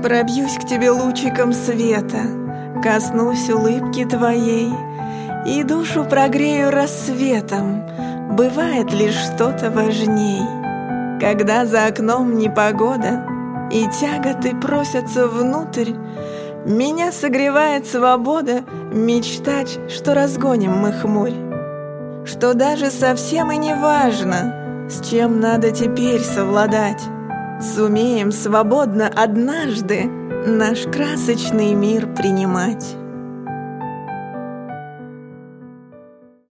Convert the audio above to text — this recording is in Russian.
Пробьюсь к тебе лучиком света, коснусь улыбки твоей и душу прогрею рассветом. Бывает лишь что-то важней. Когда за окном непогода и тяготы просятся внутрь, меня согревает свобода мечтать, что разгоним мы хмурь. Что даже совсем и не важно, с чем надо теперь совладать. Сумеем свободно однажды наш красочный мир принимать.